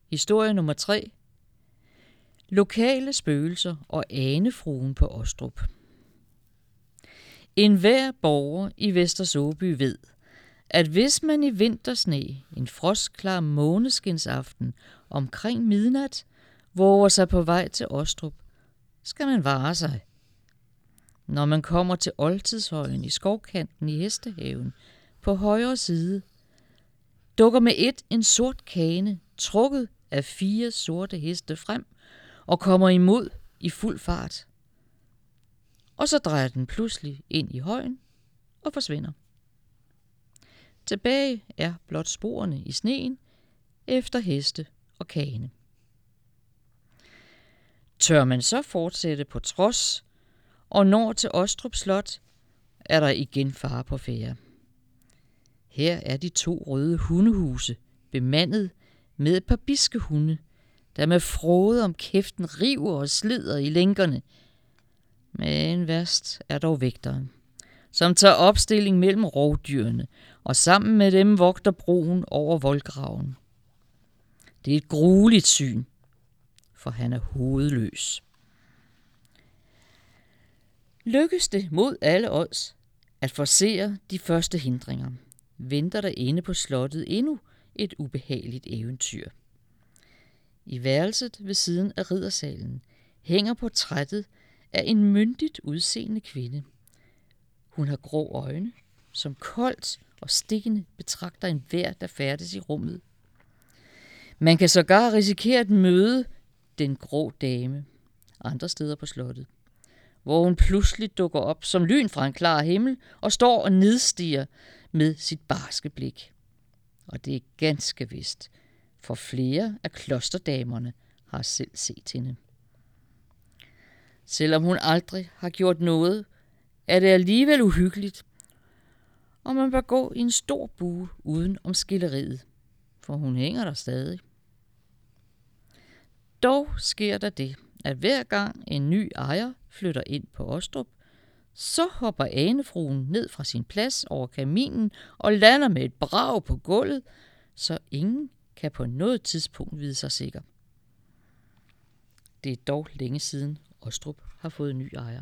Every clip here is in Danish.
Historie nummer 3. Lokale spøgelser og anefruen på Ostrup. Enhver borger i Vester Såby ved, at hvis man i vintersne, en frostklar måneskinsaften omkring midnat, våger sig på vej til Ostrup, skal man vare sig. Når man kommer til Oldtidshøjen i skovkanten i Hestehaven på højre side, dukker med en sort kane, trukket af 4 sorte heste frem, og kommer imod i fuld fart. Og så drejer den pludselig ind i højen og forsvinder. Tilbage er blot sporene i sneen efter heste og kane. Tør man så fortsætte på trods og når til Ostrup Slot, er der igen fare på færde. Her er de 2 røde hundehuse, bemandet med et par biskehunde, der med frode om kæften river og slider i lænkerne. Men værst er dog vægteren, som tager opstilling mellem rovdyrene, og sammen med dem vogter broen over voldgraven. Det er et grueligt syn, for han er hovedløs. Lykkes det mod alle odds at forsere de første hindringer, venter der inde på slottet endnu et ubehageligt eventyr. I værelset ved siden af riddersalen hænger portrættet af en myndigt udseende kvinde. Hun har grå øjne, som koldt og stikkende betragter enhver, der færdes i rummet. Man kan sågar risikere at møde den grå dame andre steder på slottet, hvor hun pludselig dukker op som lyn fra en klar himmel og står og nedstiger med sit barske blik. Og det er ganske vist, for flere af klosterdamerne har selv set hende. Selvom hun aldrig har gjort noget, er det alligevel uhyggeligt, og man bør gå i en stor bue uden om skilleriet, for hun hænger der stadig. Dog sker der det, at hver gang en ny ejer flytter ind på Ostrup, så hopper anefruen ned fra sin plads over kaminen og lander med et brag på gulvet, så ingen kan på noget tidspunkt vide sig sikker. Det er dog længe siden Ostrup har fået ny ejer.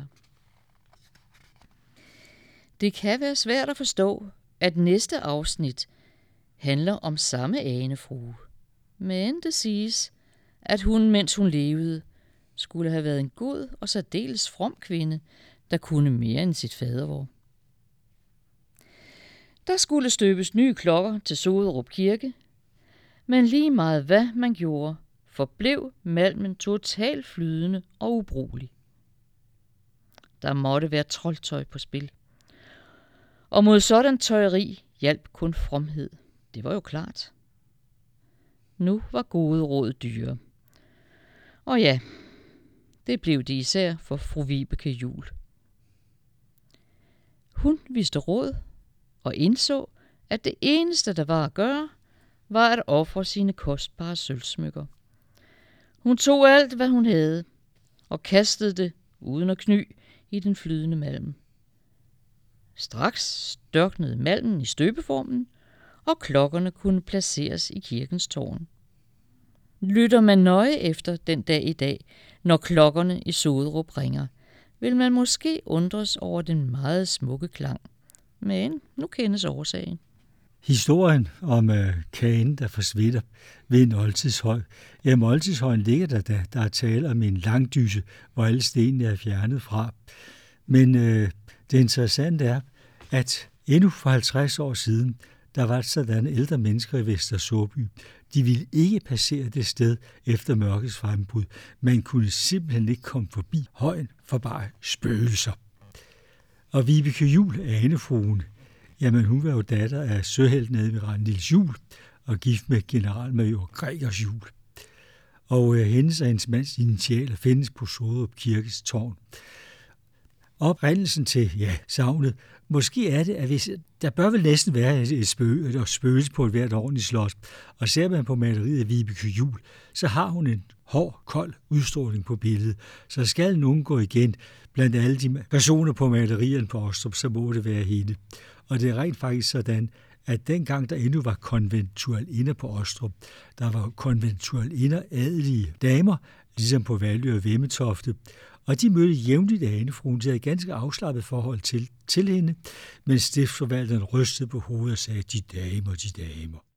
Det kan være svært at forstå, at næste afsnit handler om samme anefrue, men det siges, at hun, mens hun levede, skulle have været en god og særdeles from kvinde, der kunne mere end sit fadervor. Der skulle støbes nye klokker til Soderup Kirke, men lige meget hvad man gjorde, forblev malmen totalt flydende og ubrugelig. Der måtte være troldtøj på spil. Og mod sådan tøjeri hjalp kun fromhed. Det var jo klart. Nu var gode råd dyre. Og ja, det blev det især for fru Vibeke Juul. Hun vidste råd og indså, at det eneste, der var at gøre, var at ofre sine kostbare sølvsmykker. Hun tog alt, hvad hun havde, og kastede det uden at kny i den flydende malm. Straks størknede malmen i støbeformen, og klokkerne kunne placeres i kirkens tårn. Lytter man nøje efter den dag i dag, når klokkerne i Soderup ringer, vil man måske undres over den meget smukke klang. Men nu kendes årsagen. Historien om kagen, der forsvinder ved en oldtidshøj. Jamen, oldtidshøjen ligger der er tale om en langdyse, hvor alle stenene er fjernet fra. Men det interessante er, at endnu for 50 år siden, der var sådan ældre mennesker i Vester Såby. De ville ikke passere det sted efter mørkets frembrud. Man kunne simpelthen ikke komme forbi højen for bare spøgelser. Og Vibeke Juul, anefruen, jamen hun var jo datter af søhelten admiral Niels Juul og gift med generalmajor Gregers Juul. Og hendes og hendes mands initialer findes på Soderup Kirkes tårn. Oprindelsen til savnet, måske er det, at hvis, der bør vel næsten være et spøgelse på et hvert ordentligt slot. Og ser man på maleriet af Vibeke Juul, så har hun en hård, kold udstråling på billedet. Så skal nogen gå igen blandt alle de personer på malerierne på Ostrup, så må det være hende. Og det er rent faktisk sådan, at dengang der endnu var konventualinder på Ostrup, der var konventualinder adelige damer, ligesom på Vallø og Vemmetofte, og de mødte jævnligt Anefruen. De havde ganske afslappet forhold til hende, men stiftsforvalteren rystede på hovedet og sagde, de damer.